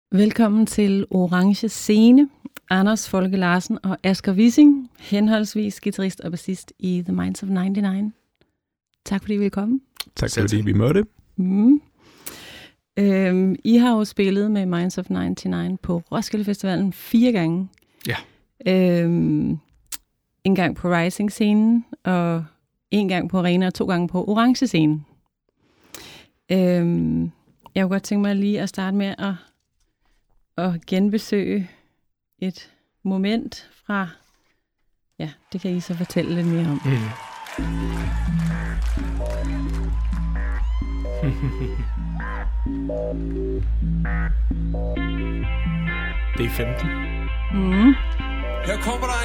Velkommen til Orange Scene. Anders Folke Larsen og Asger Wissing, henholdsvis guitarist og bassist i The Minds of 99. Tak fordi I ville komme. Tak fordi vi måtte. I har jo spillet med Minds of 99 på Roskilde Festivalen 4 gange. Ja. En gang på Rising-scenen, og en gang på Arena, og 2 gange på Orange-scenen. Jeg kunne godt tænke mig lige at starte med at genbesøge et moment fra... Ja, det kan I så fortælle lidt mere om. Det er 15. Her kommer der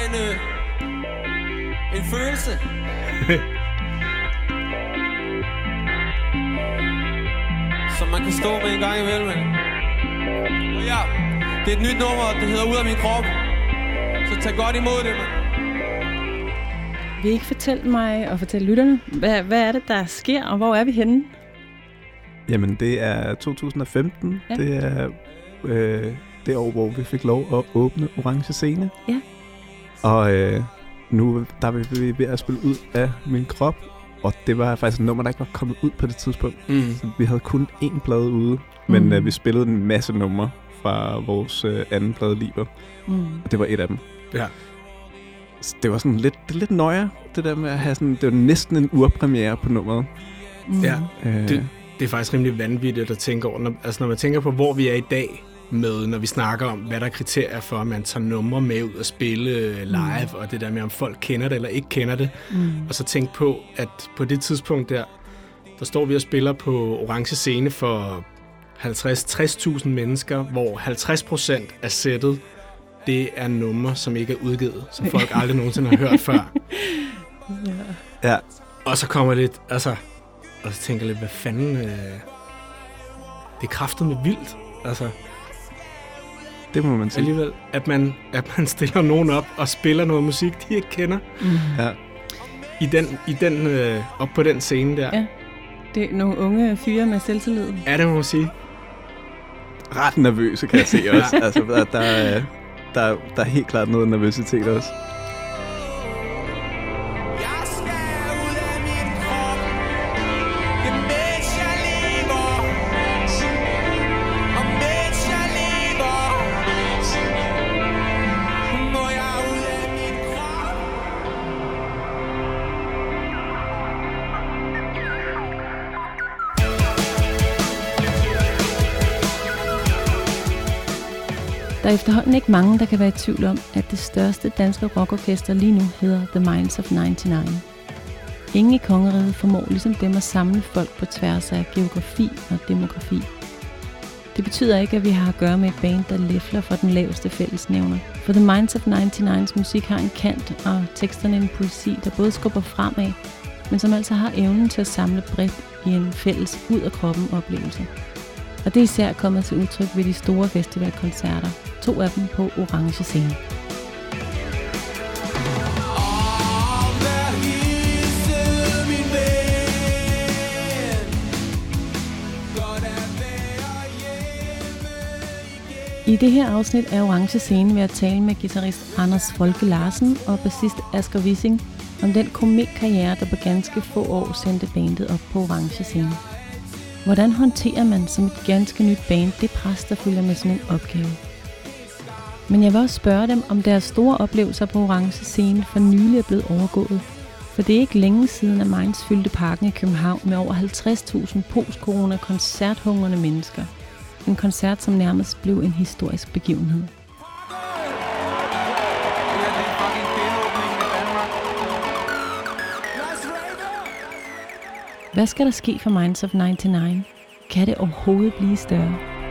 en følelse. Som man kan stå med en gang imellem. Og ja, det er et nyt nummer, det hedder Ud af min krop. Så tag godt imod det, mand. Vil I ikke fortælle mig og fortælle lytterne, hvad er det, der sker, og hvor er vi henne? Jamen, det er 2015. Ja. Det er det år, hvor vi fik lov at åbne Orange Scene. Ja. Og nu der er vi ved at spille ud af min krop. Og det var faktisk et nummer, der ikke var kommet ud på det tidspunkt. Så vi havde kun 1 plade ude. Men vi spillede en masse numre fra vores anden plade, Liber. Og det var et af dem. Ja. Så det var sådan lidt nøje, det der med at have sådan... Det var næsten en urpremiere på nummeret. Ja, det er faktisk rimelig vanvittigt at tænke over. Når man tænker på, hvor vi er i dag med, når vi snakker om, hvad der er kriterier for, at man tager numre med ud og spille live, og det der med, om folk kender det eller ikke kender det. Og så tænk på, at på det tidspunkt der står vi og spiller på Orange Scene for 50-60.000 mennesker, hvor 50% af sættet, det er numre, som ikke er udgivet, som folk aldrig nogensinde har hørt før. Ja. Og så kommer lidt, og så tænker jeg lidt, hvad fanden... det er kraftedeme vildt, Det må man sige. Alligevel, at man stiller nogen op og spiller noget musik, de ikke kender. Ja. Op på den scene der. Ja, det er nogle unge fyre med selvtillid. Ja, det må man sige. Ret nervøse, kan jeg se også. Altså, der er helt klart noget nervøsitet også. Der er efterhånden ikke mange, der kan være i tvivl om, at det største danske rockorkester lige nu hedder The Minds of 99. Ingen i kongeriget formår ligesom dem at samle folk på tværs af geografi og demografi. Det betyder ikke, at vi har at gøre med et band, der læfler for den laveste fællesnævner. For The Minds of 99's musik har en kant, og teksterne en poesi, der både skubber fremad, men som altså har evnen til at samle bredt i en fælles ud af kroppen oplevelse. Og det er især kommet til udtryk ved de store festivalkoncerter, 2 af dem på Orange Scene. I det her afsnit af Orange Scene vil jeg tale med guitarist Anders Folke Larsen og bassist Asger Wissing om den kometkarriere, der på ganske få år sendte bandet op på Orange Scene. Hvordan håndterer man som et ganske nyt band det pres, der følger med sådan en opgave? Men jeg vil også spørge dem, om deres store oplevelser på Orange Scene for nylig er blevet overgået. For det er ikke længe siden, at Minds fyldte parken i København med over 50.000 post-corona koncerthungrende mennesker. En koncert, som nærmest blev en historisk begivenhed. Hvad skal der ske for Minds of 99? Kan det overhovedet blive større?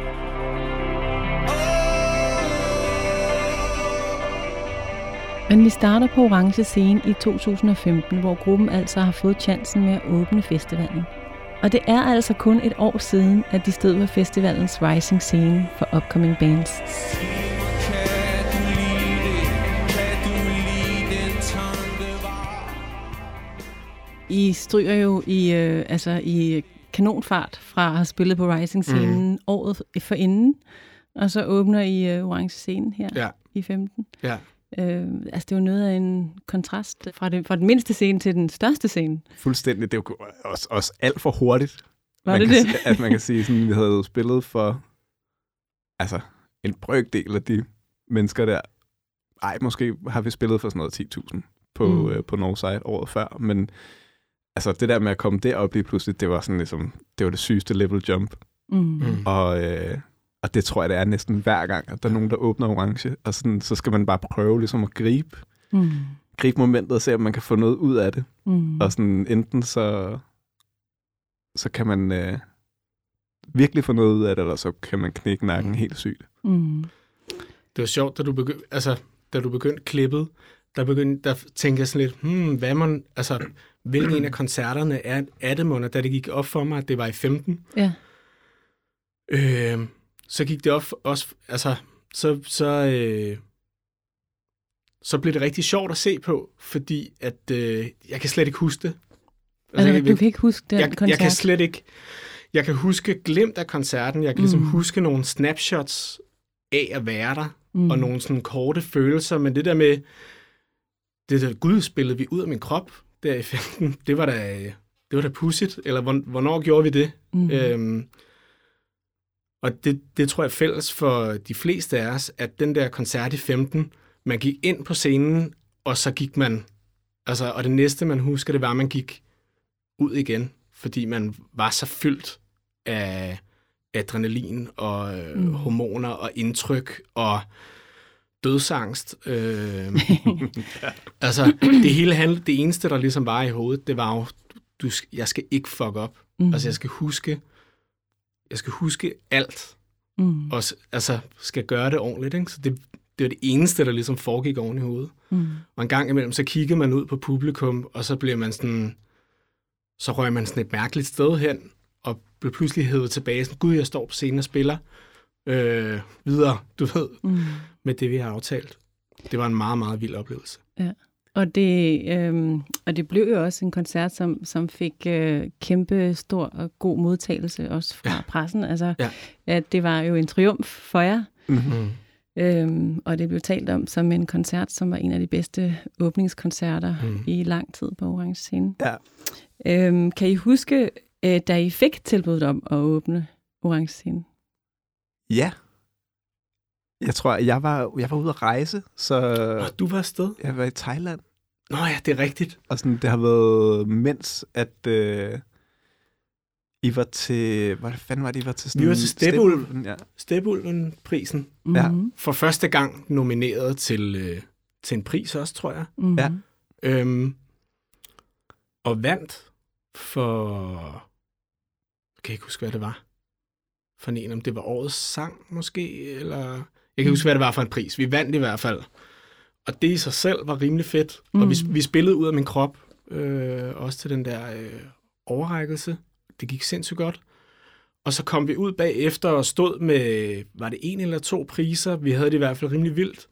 Men vi starter på Orange Scene i 2015, hvor gruppen altså har fået chancen med at åbne festivalen. Og det er altså kun et år siden, at de stod ved festivalens Rising Scene for upcoming bands. I stryger jo i kanonfart fra at have spillet på Rising-scenen året forinden, Og så åbner I orange scene her i 15. Ja. Altså, det er jo noget af en kontrast fra den mindste scene til den største scene. Fuldstændig. Det er jo også alt for hurtigt. Var det? At man kan sige, sådan, vi havde spillet for en brøkdel af de mennesker der. Ej, måske har vi spillet for sådan noget 10.000 på Northside året før, men altså det der med at komme derop lige pludselig, det var sådan ligesom, det var det sygeste level jump. Og det tror jeg, det er næsten hver gang, at der er nogen, der åbner orange, og sådan, så skal man bare prøve ligesom at gribe momentet og se, om man kan få noget ud af det. Og sådan enten så kan man virkelig få noget ud af det, eller så kan man knække nakken helt sygt. Det var sjovt, da du begyndte klippet, der tænkte jeg sådan lidt, hvilken en af koncerterne er det, Mona, da det gik op for mig, at det var i 15. Ja. Så gik det op også, så blev det rigtig sjovt at se på, fordi at jeg kan slet ikke huske det. Du kan ikke huske den koncert? Jeg kan slet ikke. Jeg kan huske glimt af koncerten. Jeg kan ligesom huske nogle snapshots af at være der, og nogle sådan korte følelser, men det der med, det der Gud spillede vi ud af min krop, der i 15, det var da pudsigt, eller hvornår gjorde vi det? Og det tror jeg er fælles for de fleste af os, at den der koncert i 15, man gik ind på scenen, og så gik man, og det næste man husker, det var, at man gik ud igen, fordi man var så fyldt af adrenalin og hormoner og indtryk og dødsangst. Det eneste, der ligesom var i hovedet, det var jo, jeg skal ikke fuck op. Jeg skal huske alt, og skal gøre det ordentligt. Ikke? Så det var det eneste, der ligesom foregik oven i hovedet. Og en gang imellem, så kiggede man ud på publikum, og så blev man sådan, så røg man sådan et mærkeligt sted hen, og blev pludselig hævet tilbage. Sådan, Gud, jeg står på scenen og spiller videre, du ved, med det, vi har aftalt. Det var en meget, meget vild oplevelse. Ja. Og det blev jo også en koncert, som fik kæmpe stor og god modtagelse også fra pressen. At det var jo en triumf for jer. Og det blev talt om som en koncert, som var en af de bedste åbningskoncerter i lang tid på Orange Scene. Ja. Kan I huske, da I fik tilbuddet om at åbne Orange Scene? Ja. Jeg tror, jeg var ude at rejse, så... du var afsted? Jeg var i Thailand. Nå ja, det er rigtigt. Og sådan, det har været mens, at I var til... Hvad fanden var det, I var til? Sådan, vi var til Stepulven. Ja. Stepulven-prisen. Ja. For første gang nomineret til en pris også, tror jeg. Ja. Og vandt for... Jeg kan ikke huske, hvad det var. For en, om det var årets sang, måske, eller... Jeg kan ikke huske, hvad det var for en pris. Vi vandt i hvert fald. Og det i sig selv var rimelig fedt. Og vi spillede ud af min krop, også til den der overrækkelse. Det gik sindssygt godt. Og så kom vi ud bagefter og stod med, var det 1 eller 2 priser? Vi havde det i hvert fald rimelig vildt.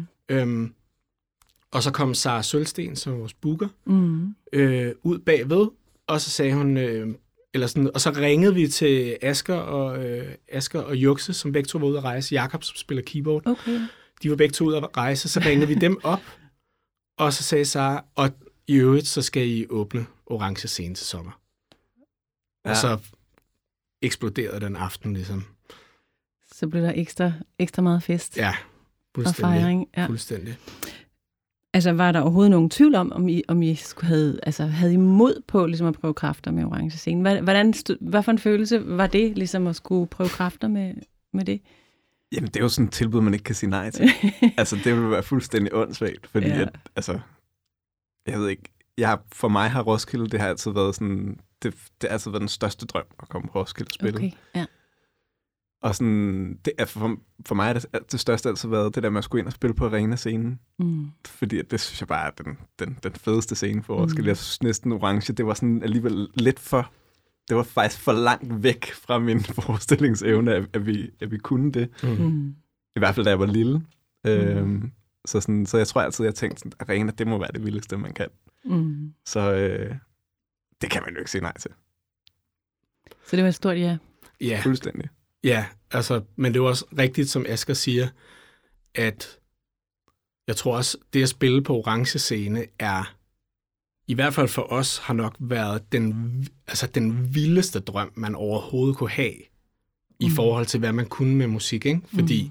Og så kom Sara Sølsten, som vores booker, ud bagved, og så sagde hun... og så ringede vi til Asger og Juxe, som begge to var ude at rejse. Jakob, som spiller keyboard. Okay. De var begge to ude at rejse. Så ringede vi dem op, og så sagde Sara, og i øvrigt, så skal I åbne Orange Scene til sommer. Ja. Og så eksploderede den aften ligesom. Så blev der ekstra meget fest. Ja, fuldstændig. Og fejring. Ja. Fuldstændig. Altså, var der overhovedet nogen tvivl om I havde I mod på ligesom at prøve kræfter med Orange Scene? Hvad for en følelse var det, ligesom at skulle prøve kræfter med det? Jamen, det er jo sådan et tilbud, man ikke kan sige nej til. Altså, det ville være fuldstændig åndssvagt, fordi jeg ved ikke, for mig har Roskilde, det har altid været sådan, det har altid været den største drøm at komme på Roskilde og spille. Okay, ja. Og sådan, det er for mig er det største altid været det der med at skulle ind og spille på arena-scenen. Fordi det synes jeg bare er den fedeste scene for Roskilde. Jeg synes næsten Orange, det var sådan alligevel lidt for... Det var faktisk for langt væk fra min forestillingsevne, at vi kunne det. I hvert fald da jeg var lille. Så jeg tror altid, jeg tænkte, at arena, det må være det vildeste, man kan. Så det kan man jo ikke sige nej til. Så det var et stort ja? Ja. Fuldstændig. Ja, altså, men det er jo også rigtigt, som Asger siger, at jeg tror også, det at spille på orange scene er, i hvert fald for os, har nok været den vildeste drøm, man overhovedet kunne have, i forhold til, hvad man kunne med musik, ikke? Fordi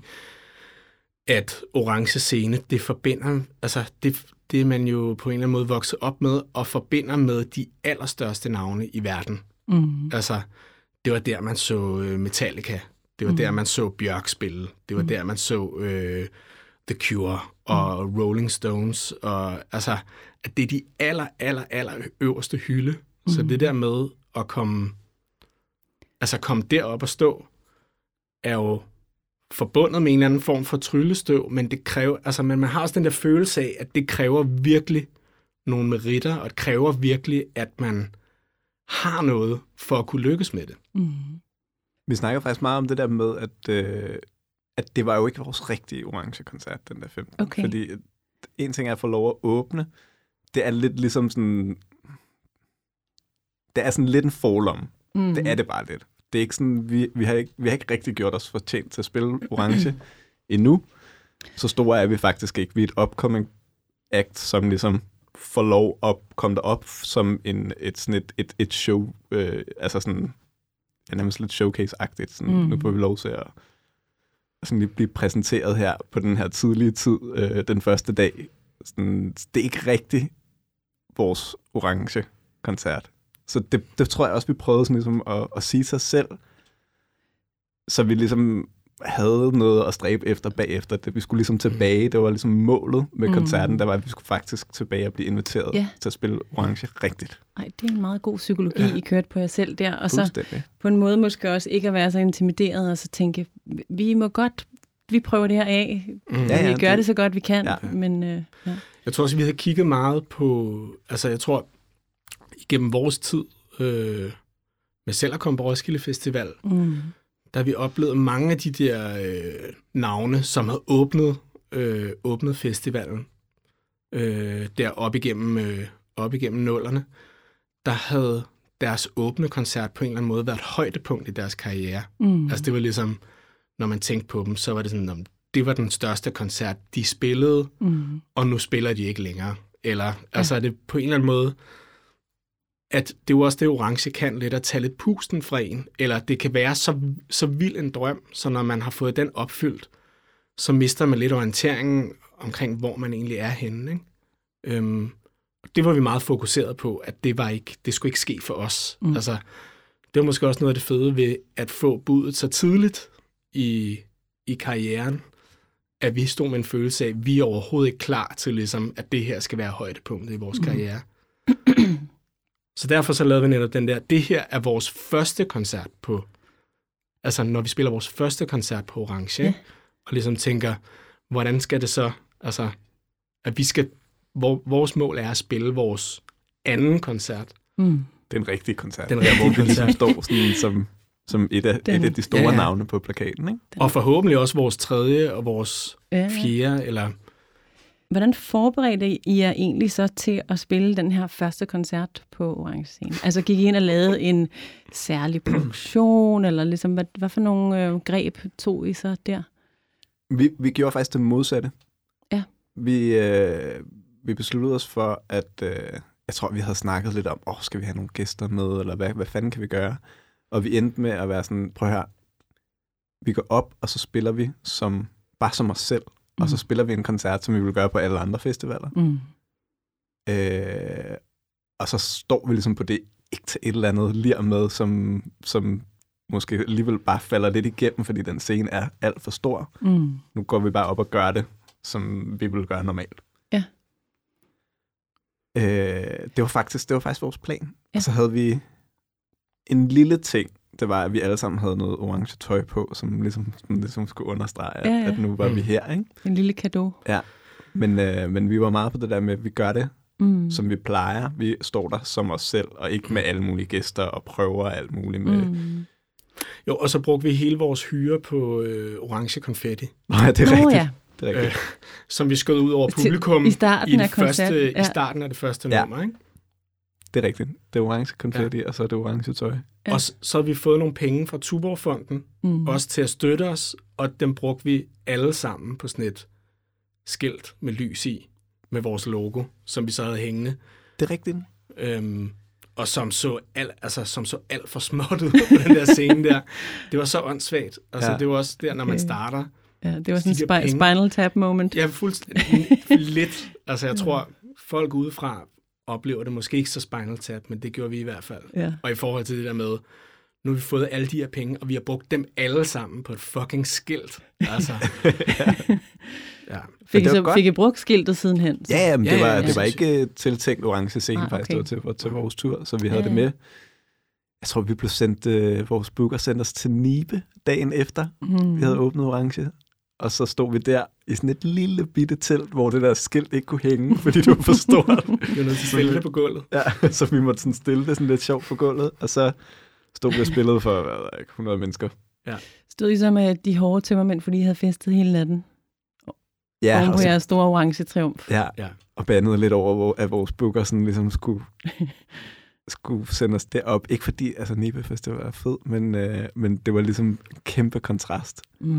at orange scene, det forbinder, altså det er man jo på en eller anden måde vokset op med, og forbinder med de allerstørste navne i verden. Altså, det var der, man så Metallica. Det var der, man så Bjørk spille. Det var der, man så The Cure og Rolling Stones. Og altså, at det er de aller øverste hylde. Så det der med at komme derop og stå, er jo forbundet med en eller anden form for tryllestøv, men det kræver, altså, men man har også den der følelse af, at det kræver virkelig nogle meritter, og det kræver virkelig, at man har noget for at kunne lykkes med det. Vi snakker faktisk meget om det der med, at det var jo ikke vores rigtige orange-koncert, den der 15. Okay. Fordi en ting er at få lov at åbne. Det er lidt ligesom sådan... Det er sådan lidt en forlom. Det er det bare lidt. Det er ikke sådan... Vi har ikke rigtig gjort os fortjent til at spille orange endnu. Så store er vi faktisk ikke. Vi er et upcoming act, som ligesom får lov at komme derop som et show. Altså sådan... Ja, nærmest lidt showcase-agtigt. Sådan, nu får vi lov til at sådan lige blive præsenteret her på den her tidlige tid, den første dag. Sådan, det er ikke rigtig vores orange-koncert. Så det tror jeg også, vi prøvede sådan ligesom at sige sig selv, så vi ligesom havde noget at stræbe efter bagefter. Vi skulle ligesom tilbage. Det var ligesom målet med koncerten, der var, at vi skulle faktisk tilbage og blive inviteret til at spille orange rigtigt. Nej, det er en meget god psykologi, I kørte på jer selv der. Og så på en måde måske også ikke at være så intimideret, og så tænke, vi prøver det her af. Vi gør det så godt, vi kan. Ja. Men, Jeg tror også, vi havde kigget meget på, altså jeg tror, igennem vores tid med selv at komme på Roskilde Festival, der har vi oplevet mange af de der navne, som havde åbnet festivalen der op igennem nullerne, der havde deres åbne koncert på en eller anden måde været et højdepunkt i deres karriere. Altså det var ligesom, når man tænkte på dem, så var det sådan, det var den største koncert, de spillede, og nu spiller de ikke længere. Eller altså er det på en eller anden måde, at det er jo også det, orange kan lidt, at tage lidt pusten fra en, eller det kan være så vild en drøm, så når man har fået den opfyldt, så mister man lidt orienteringen omkring, hvor man egentlig er henne. Ikke? Det var vi meget fokuseret på, at det skulle ikke ske for os. Altså, det var måske også noget af det fede ved at få budet så tidligt i karrieren, at vi stod med en følelse af, at vi er overhovedet ikke klar til, ligesom, at det her skal være højdepunktet i vores karriere. Så derfor så lavede vi netop den der, det her er vores første koncert på, altså når vi spiller vores første koncert på Orange, og ligesom tænker, hvordan skal det så, altså, at vi skal, vores mål er at spille vores anden koncert. Den rigtige koncert. Den rigtige koncert. Står sådan som et af de store navne på plakaten, ikke? Og forhåbentlig også vores tredje og vores fjerde, eller... Hvordan forberedte I jer egentlig så til at spille den her første koncert på Orange Scene? Altså gik I ind og lavede en særlig produktion, eller ligesom, hvad for nogle greb tog I så der? Vi gjorde faktisk det modsatte. Ja. Vi besluttede os for, at jeg tror, vi havde snakket lidt om, skal vi have nogle gæster med, eller hvad fanden kan vi gøre? Og vi endte med at være sådan, prøv at høre, vi går op, og så spiller vi bare som os selv. Og så spiller vi en koncert, som vi vil gøre på alle andre festivaler. Og så står vi ligesom på det ikke til et eller andet lir med, som måske alligevel bare falder lidt igennem, fordi den scene er alt for stor. Nu går vi bare op og gør det, som vi vil gøre normalt. Ja. Det var faktisk vores plan. Ja. Og så havde vi en lille ting. Det var, at vi alle sammen havde noget orange tøj på, som ligesom skulle understrege, at nu var vi her, ikke? En lille cadeau. Ja, men vi var meget på det der med, at vi gør det, som vi plejer. Vi står der som os selv, og ikke med alle mulige gæster og prøver alt muligt med... Jo, og så brugte vi hele vores hyre på orange konfetti. Nej, det er rigtigt. Ja. Det er rigtigt. Som vi skød ud over publikum i starten af koncerten. I starten af det første nummer, ikke? det er rigtigt. Det er orange konfetti, og så er det orange tøj. Ja. Og så har vi fået nogle penge fra Tuborgfonden, også til at støtte os, og dem brugte vi alle sammen på sådan et skilt med lys i, med vores logo, som vi så havde hængende. Det er rigtigt. Og som så alt for småt ud på den der scene der. Det var så åndssvagt. Altså, det var også der, når man starter. Ja, det var sådan en Spinal Tap moment. Ja, fuldstændig lidt. Altså, jeg tror, folk udefra oplever det måske ikke så Spinal Tap, men det gjorde vi i hvert fald. Ja. Og i forhold til det der med, nu har vi fået alle de her penge, og vi har brugt dem alle sammen på et fucking skilt. Altså. Ja. Fik I brugt skiltet sidenhen? Så? Ja, men det var ikke tiltænkt orange scene, faktisk. Det var til vores tur, så vi havde det med. Jeg tror, vi blev sendt, vores booker sendte os til Nibe dagen efter, vi havde åbnet orange. Og så stod vi der i sådan et lille bitte telt, hvor det der skilt ikke kunne hænge, fordi det var for stort. Vi var nødt til at stille det på gulvet. Ja, så vi måtte sådan stille det sådan lidt sjovt på gulvet, og så stod vi og spillede for 100 mennesker. Ja. Stod I så med de hårde tømmermænd, fordi I havde festet hele natten? Ja. Oven på jeres store orange triumf. Ja, og bandede lidt over, at vores booker sådan ligesom skulle sende os derop. Ikke fordi, altså Nibe Festival var fed, men det var ligesom en kæmpe kontrast.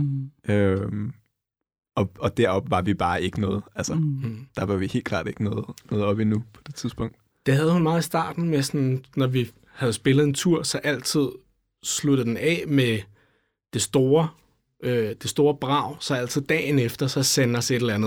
Og derop var vi bare ikke noget. Altså, der var vi helt klart ikke noget op endnu på det tidspunkt. Det havde hun meget i starten med sådan, når vi havde spillet en tur, så altid sluttede den af med det store brag, så altid dagen efter, så sender os et eller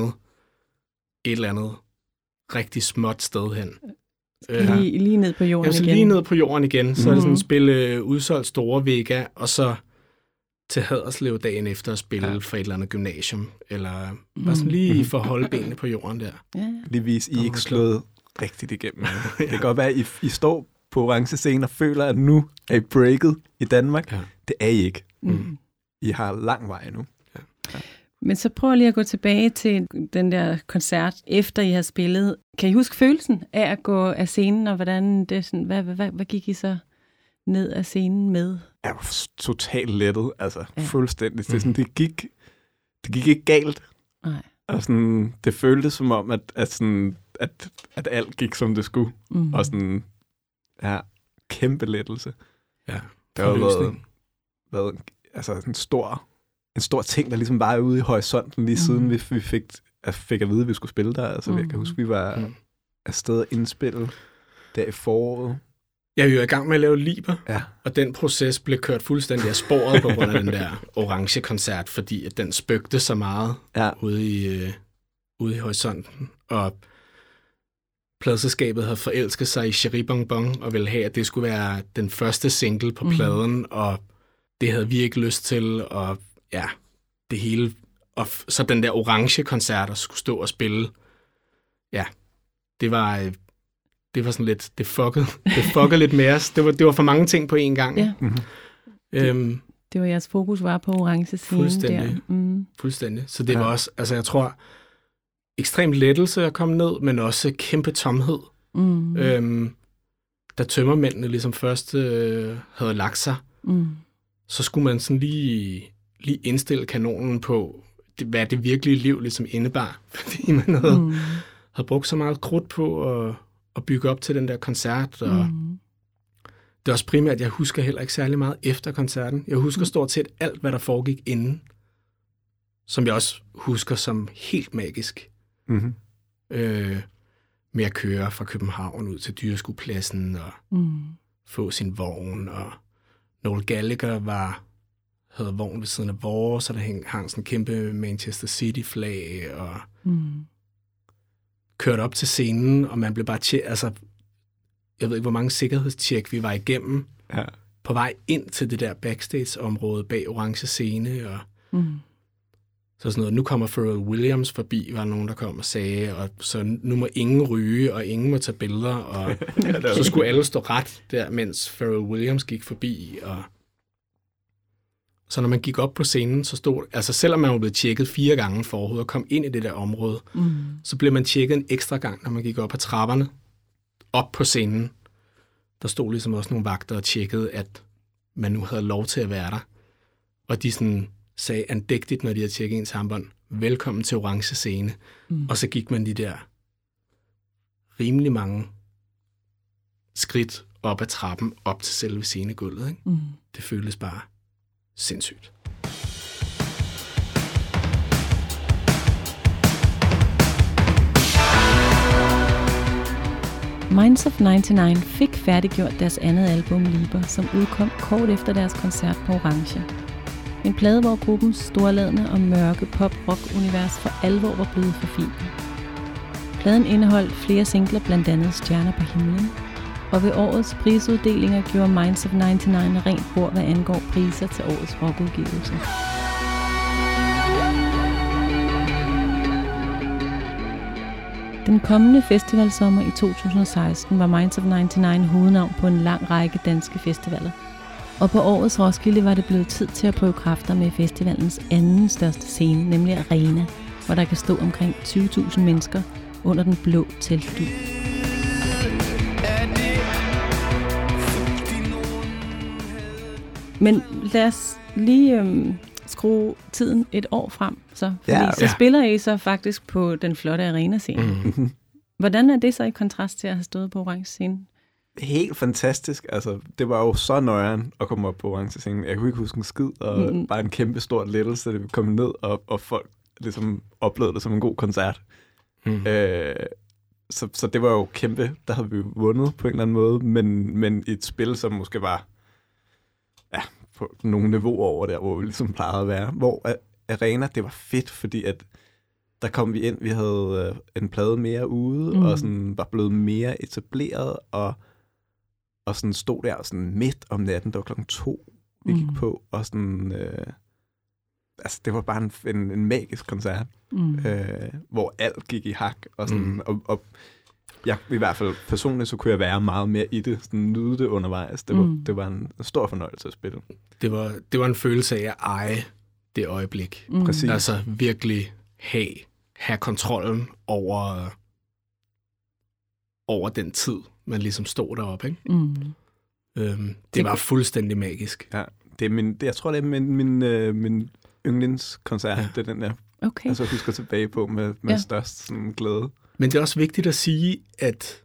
andet rigtig småt sted hen. Lige ned på jorden igen. Lige ned på jorden igen. Så er det sådan at spille udsolgt Store Vega, og så til Haderslev dagen efter at spille for et eller andet gymnasium, eller bare sådan lige for at holde benene på jorden der. Lige vis, I ikke slået rigtigt igennem. Det kan godt være, at I står på orange scene og føler, at nu er I breaket i Danmark. Ja. Det er I ikke. I har lang vej nu. Ja. Men så prøv lige at gå tilbage til den der koncert, efter I har spillet. Kan I huske følelsen af at gå af scenen, og hvordan det sådan, hvad gik I så ned af scenen med? Jeg var totalt lettet, altså fuldstændig. Det, sådan, det gik ikke galt. Nej. Og sådan, det føltes som om, at alt gik, som det skulle. Og sådan, kæmpe lettelse. Ja, det har været altså en stor ting, der ligesom var ude i horisonten, lige siden vi fik at vide, at vi skulle spille der. Altså, jeg kan huske, vi var afsted at indspille der i foråret. Ja, vi var i gang med at lave Liber, og den proces blev kørt fuldstændig af sporet på grund af den der orange koncert, fordi at den spøgte så meget ude i horisonten. Og pladeselskabet havde forelsket sig i Cherie Bonbon og ville have, at det skulle være den første single på pladen, og det havde vi ikke lyst til, og det hele. Og så den der orange koncert, der skulle stå og spille, det var sådan lidt, det fuckede lidt med os. Det var for mange ting på én gang. Ja. Det var jeres fokus var på orange scene. Fuldstændig. Fuldstændig. Så det var også, altså jeg tror, ekstrem lettelse at komme ned, men også kæmpe tomhed. Da tømmermændene ligesom først havde lagt sig, så skulle man sådan lige indstille kanonen på, hvad det virkelige liv ligesom indebar. Fordi man havde brugt så meget krudt på at bygge op til den der koncert. Og det er også primært, jeg husker heller ikke særlig meget efter koncerten. Jeg husker stort set alt, hvad der foregik inden, som jeg også husker som helt magisk. Med at køre fra København ud til Dyreskuepladsen og få sin vogn. Og Noel Gallagher havde vogn ved siden af vores, så der hang sådan en kæmpe Manchester City-flag, og kørte op til scenen, og man blev bare altså, jeg ved ikke, hvor mange sikkerhedstjek vi var igennem, på vej ind til det der backstage-område bag orange scene, og så sådan noget, nu kommer Pharrell Williams forbi, var der nogen, der kom og sagde, og så nu må ingen ryge, og ingen må tage billeder, og så skulle alle stå ret der, mens Pharrell Williams gik forbi, og så når man gik op på scenen, så stod, altså selvom man var blevet tjekket 4 gange forud og kom ind i det der område, så blev man tjekket en ekstra gang, når man gik op ad trapperne, op på scenen. Der stod ligesom også nogle vagter og tjekkede, at man nu havde lov til at være der. Og de sådan sagde andægtigt, når de havde tjekket ens armbånd, velkommen til orange scene. Og så gik man de der rimelig mange skridt op ad trappen, op til selve scenegulvet. Ikke? Det føltes bare sindssygt. Minds of 99 fik færdiggjort deres andet album, Liber, som udkom kort efter deres koncert på Orange. En plade, hvor gruppens storladne og mørke pop-rock-univers for alvor var blevet forfinet. Pladen indeholdt flere singler, blandt andet Stjerner på himlen, og ved årets prisuddelinger gjorde Minds of 99 rent bord, hvad angår priser til årets rockudgivelse. Den kommende festivalsommer i 2016 var Minds of 99 hovednavn på en lang række danske festivaler. Og på årets Roskilde var det blevet tid til at prøve kræfter med festivalens anden største scene, nemlig Arena, hvor der kan stå omkring 20.000 mennesker under den blå teltdug. Men lad os lige skrue tiden et år frem, så spiller I så faktisk på den flotte Arena-scene. Hvordan er det så i kontrast til at have stået på Orange scene? Helt fantastisk. Altså, det var jo så nøjeren at komme op på Orange scene. Jeg kunne ikke huske en skid, og bare en kæmpe stor lettelse, da vi kom ned, og folk ligesom oplevede det som en god koncert. Så det var jo kæmpe. Der havde vi jo vundet på en eller anden måde, men i et spil, som måske var på nogle niveauer over der, hvor vi ligesom plejede at være. Hvor Arena, det var fedt, fordi at der kom vi ind, vi havde en plade mere ude, og sådan var blevet mere etableret, og sådan stod der sådan midt om natten, det var 2:00, vi gik på, og sådan, altså det var bare en magisk koncert, hvor alt gik i hak, og sådan, og jeg, i hvert fald personligt, så kunne jeg være meget mere i det, sådan nyde det undervejs. Det var en stor fornøjelse at spille. Det var en følelse af at eje det øjeblik. Præcis. Altså virkelig have kontrollen over den tid, man ligesom stod deroppe, ikke? Det var fuldstændig magisk. Ja, jeg tror, det er min yndlingskoncert, det er den der. Okay. Altså husker tilbage på med størst sådan, glæde. Men det er også vigtigt at sige, at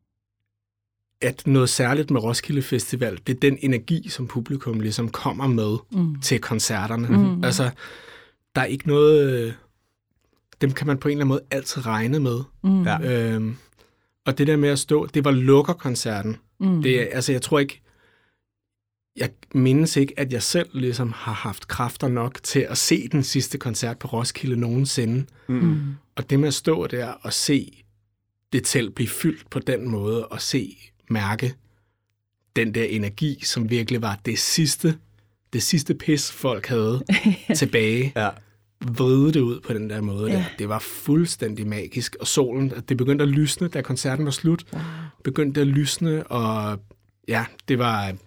noget særligt med Roskilde Festival, det er den energi, som publikum ligesom kommer med til koncerterne. Altså, der er ikke noget... Dem kan man på en eller anden måde altid regne med. Og det der med at stå, det var lukkerkoncerten. Altså, jeg tror ikke... Jeg mindes ikke, at jeg selv ligesom har haft kræfter nok til at se den sidste koncert på Roskilde nogensinde. Og det med at stå der og se det telt blive fyldt på den måde, og mærke den der energi, som virkelig var det sidste pis, folk havde tilbage. Vride det ud på den der måde. Der. Det var fuldstændig magisk. Og solen, det begyndte at lysne, da koncerten var slut. Begyndte at lysne, og ja, det var en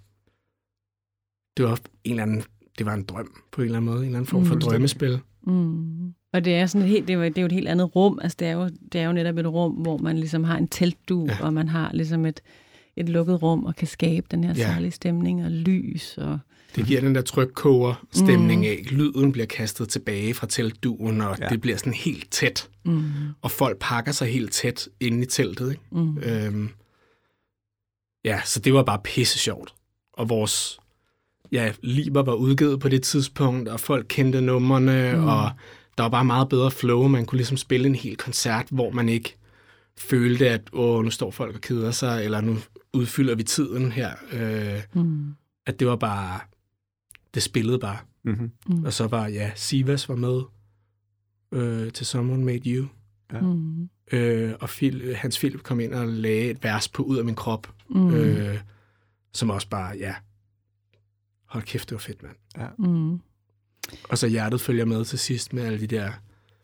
eller anden, det var en drøm på en eller anden måde, en eller anden form for drømmespil. Og det er sådan det er jo et helt andet rum. Altså det er jo netop et rum, hvor man ligesom har en teltdug, og man har ligesom et lukket rum og kan skabe den her særlige stemning og lys og det giver den der trykkoger-stemning af. Lyden bliver kastet tilbage fra teltdugen, og det bliver sådan helt tæt. Og folk pakker sig helt tæt inde i teltet. Ikke? Så det var bare pisse sjovt. Og vores Liber var udgivet på det tidspunkt, og folk kendte numrene, og der var bare meget bedre flow. Man kunne ligesom spille en hel koncert, hvor man ikke følte, at nu står folk og keder sig, eller nu udfylder vi tiden her. At det var bare... Det spillede bare. Og så var, Sivas var med til Someone Made You. Og Hans Philip kom ind og lagde et vers på Ud af min krop, som også bare, hold kæft, det var fedt, mand. Og så hjertet følger med til sidst med alle de der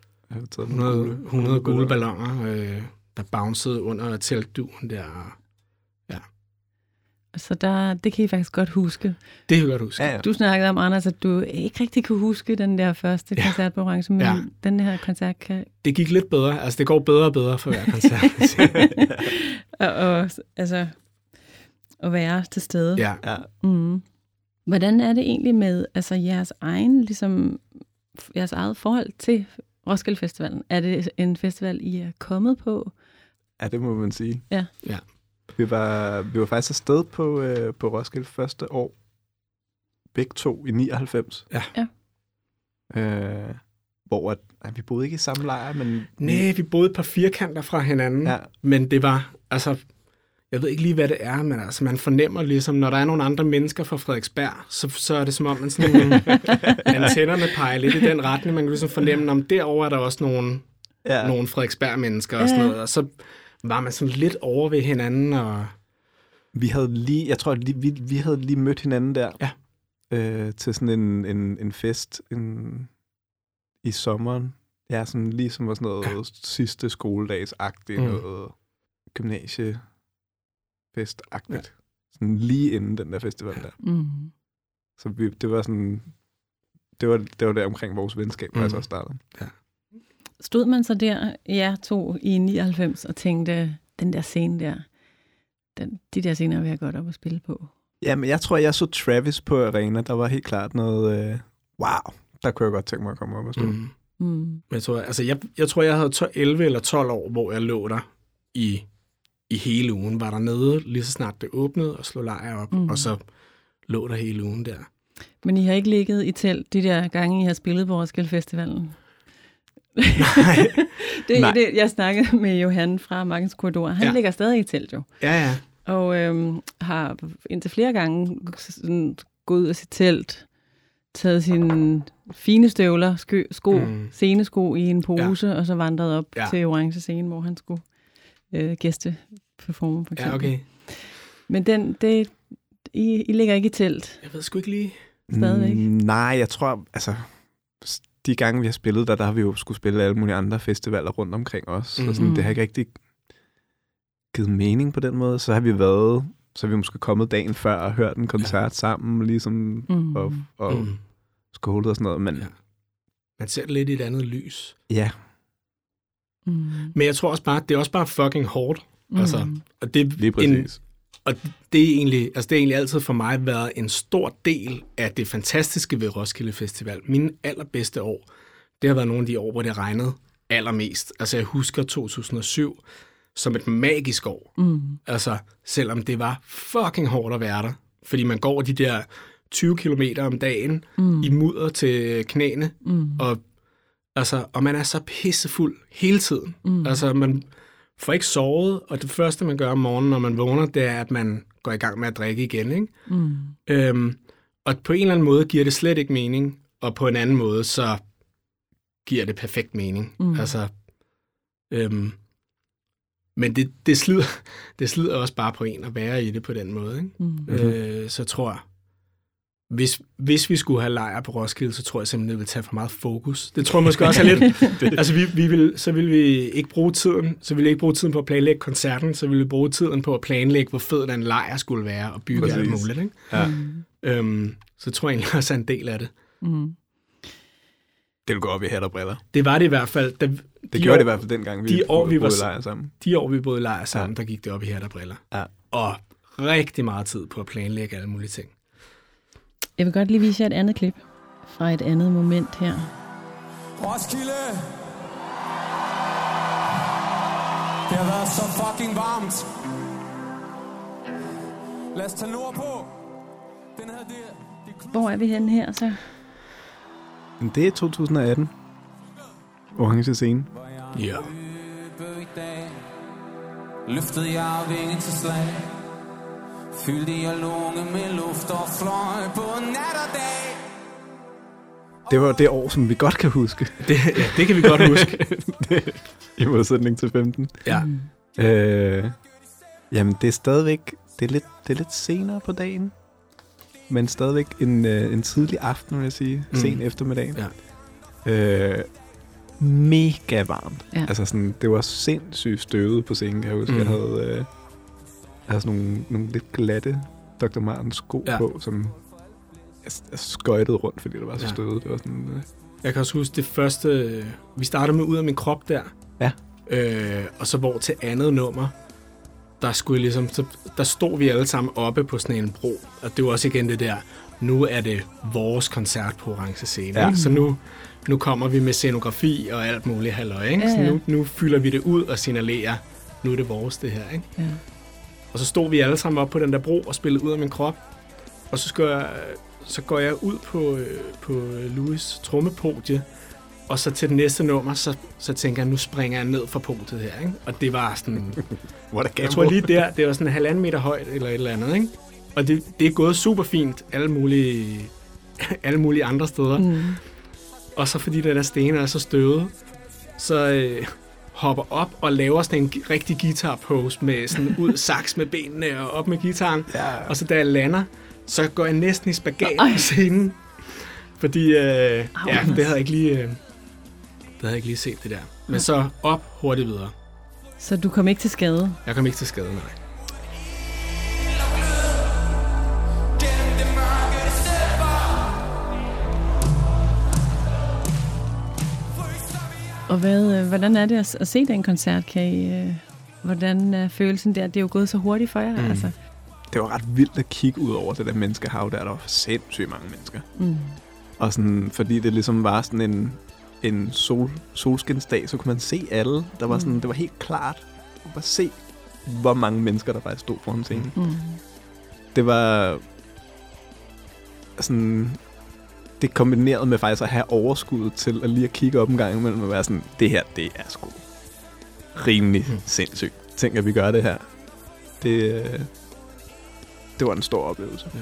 100 gule balloner, der bouncede under teltdugen der. Så det kan I faktisk godt huske. Det kan jeg godt huske. Ja. Du snakkede om, Anders, at du ikke rigtig kunne huske den der første koncert på Orange, men den her koncert kan... Det gik lidt bedre. Altså, det går bedre og bedre for hver koncert. og altså, at være til stede. Ja. Hvordan er det egentlig med jeres eget forhold til Roskilde Festivalen? Er det en festival, I er kommet på? Ja, det må man sige. Ja. Vi var faktisk afsted på Roskilde første år. Begge to i 99. Ja. Hvor vi boede ikke i samme lejr, men... Nej, vi boede et par firkanter fra hinanden. Ja. Men det var, altså... Jeg ved ikke lige, hvad det er, men altså, man fornemmer ligesom, når der er nogle andre mennesker fra Frederiksberg, så er det som om, man sådan antennerne peger lidt i den retning. Man kan ligesom fornemme, om derovre er der også nogle Frederiksberg-mennesker og sådan noget. Og så var man sådan lidt over ved hinanden. Og... Vi havde vi havde lige mødt hinanden der. Ja. Til sådan en fest i sommeren. Ja, sådan ligesom var sådan noget sidste skoledags-agtigt, noget gymnasie... festagtigt. Sådan lige inden den der festival der. Så det var sådan... Det var der omkring vores venskab, der så startede. Ja. Stod man så der, jer to i 99, og tænkte, den der scene der, de der scener vil jeg godt op at spille på? Jamen, jeg tror, jeg så Travis på Arena. Der var helt klart noget... wow, der kunne jeg godt tænke mig at komme op og stå. Men jeg tror, jeg havde 11 eller 12 år, hvor jeg lå der i hele ugen. Var der nede lige så snart det åbnede og slog lejr op, og så lå der hele ugen der. Men I har ikke ligget i telt de der gange, I har spillet på Roskilde Festivalen? Nej. Det, jeg snakkede med Johan fra Markens Korridor. Han ligger stadig i telt jo. Ja. Og har indtil flere gange sådan, gået ud af sit telt, taget sine fine støvler, scenesko i en pose, og så vandret op til Orange Scene, hvor han skulle gæsteperformer for eksempel. Ja, okay. Men I ligger ikke i telt? Jeg ved sgu ikke lige. Stadigvæk? Nej, jeg tror, altså, de gange vi har spillet der har vi jo skulle spille alle mulige andre festivaler rundt omkring os. Så sådan, det har ikke rigtig givet mening på den måde. Så har vi måske kommet dagen før og hørt en koncert sammen, ligesom, og skålet og sådan noget. Men man ser lidt i et andet lys. Ja. Men jeg tror også bare, det er også bare fucking hårdt. Altså, og det, lige præcis. Og det er egentlig altid for mig været en stor del af det fantastiske ved Roskilde Festival. Mine allerbedste år, det har været nogle af de år, hvor det regnede allermest. Altså jeg husker 2007 som et magisk år. Altså selvom det var fucking hårdt at være der. Fordi man går de der 20 kilometer om dagen i mudder til knæene. Og man er så pissefuld hele tiden. Altså man får ikke sovet, og det første, man gør om morgenen, når man vågner, det er, at man går i gang med at drikke igen. Ikke? Og på en eller anden måde giver det slet ikke mening, og på en anden måde, så giver det perfekt mening. Altså, men det slider også bare på en at være i det på den måde. Ikke? Så tror jeg, hvis vi skulle have lejr på Roskilde, så tror jeg simpelthen, det ville tage for meget fokus. Det tror jeg måske også er lidt... Altså, så ville vi ikke bruge tiden på at planlægge koncerten, så ville vi bruge tiden på at planlægge, hvor fed den lejr skulle være, og bygge alt muligt. Ikke? Ja. Så tror jeg egentlig også er en del af det. Det ville gå op i hat og briller. Det var det i hvert fald. Det gjorde det i hvert fald dengang, vi boede i lejr sammen. De år, vi boede i lejr sammen, der gik det op i hat og briller. Ja. Og rigtig meget tid på at planlægge alle mulige ting. Jeg vil godt lige vise jer et andet klip fra et andet moment her. Roskilde! Det har været så fucking varmt. Lad os tage nordpå. Den her der... Hvor er vi henne her så? Det er 2018. Orange Scene. Ja. Løftede jeg vinge til slag. Fyldte jeg lunge med luft og fløj på nat og dag. Det var det år, som vi godt kan huske. Det kan vi godt huske. I modsætning til 15. Ja. Jamen, det er stadigvæk... Det er lidt senere på dagen. Men stadigvæk en tidlig aften, vil jeg sige. Sen eftermiddagen. Ja. Mega varmt. Ja. Altså sådan, det var sindssygt støvet på scenen, kan jeg huske. Jeg havde sådan nogle lidt glatte Dr. Martens sko på, som jeg skøjtede rundt, fordi det var så støvet. Det var sådan, Jeg kan også huske det første... Vi startede med Ud af min krop der. Ja. Og så hvor til andet nummer, der stod vi alle sammen oppe på sådan en bro. Og det var også igen det der, nu er det vores koncert på Orange Scene. Ja. Så nu kommer vi med scenografi og alt muligt halløj. Ikke? Så nu fylder vi det ud og signalerer, nu er det vores det her. Ikke? Ja. Og så stod vi alle sammen op på den der bro og spillede ud af min krop. Og så går jeg ud på Louis trommepodie, og så til det næste nummer, så tænker jeg, nu springer jeg ned fra podiet her, ikke? Og det var sådan... jeg tror lige der, det var sådan 1,5 meter højt, eller et eller andet, ikke? Og det er gået super fint alle mulige andre steder. Mm. Og så fordi der sten er så støvet, så hopper op og laver sådan en rigtig guitar-pose med sådan ud saks med benene og op med guitaren. Ja. Og så da jeg lander, så går jeg næsten i spagat på scenen. Fordi det havde jeg ikke lige set det der. Men så op hurtigt videre. Så du kom ikke til skade? Jeg kom ikke til skade, nej. Og hvordan er det at se den koncert? Hvordan er følelsen der? Det er jo gået så hurtigt for jer. Mm. Altså. Det var ret vildt at kigge ud over det der menneskehav der. Der var sindssygt mange mennesker. Mm. Og sådan, fordi det ligesom var sådan en solskinsdag, så kunne man se alle. Der var sådan, det var helt klart. Du kunne bare se, hvor mange mennesker der faktisk stod foran scenen. Mm. Det var sådan... Det kombineret med faktisk at have overskuddet til at lige at kigge op en gang imellem og være sådan, det her, det er sgu rimelig sindssygt. Tænk, at vi gør det her. Det var en stor oplevelse. Ja.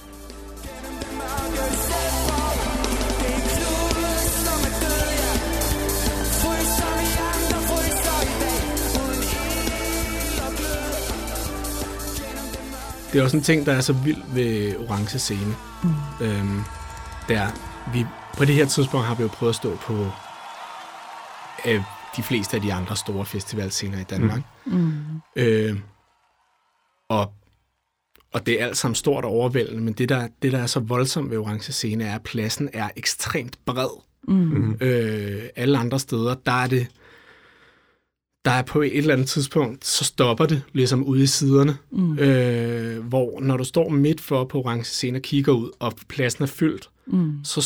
Det er også en ting, der er så vild ved Orange Scene. Mm. Vi på det her tidspunkt har vi jo prøvet at stå på de fleste af de andre store festivalscener i Danmark. Mm. Og det er alt sammen stort og overvældende, men det der er så voldsomt ved Orange Scene er, at pladsen er ekstremt bred. Mm. Alle andre steder, der er på et eller andet tidspunkt, så stopper det ligesom ude i siderne, hvor når du står midt for på Orange Scene og kigger ud, og pladsen er fyldt, så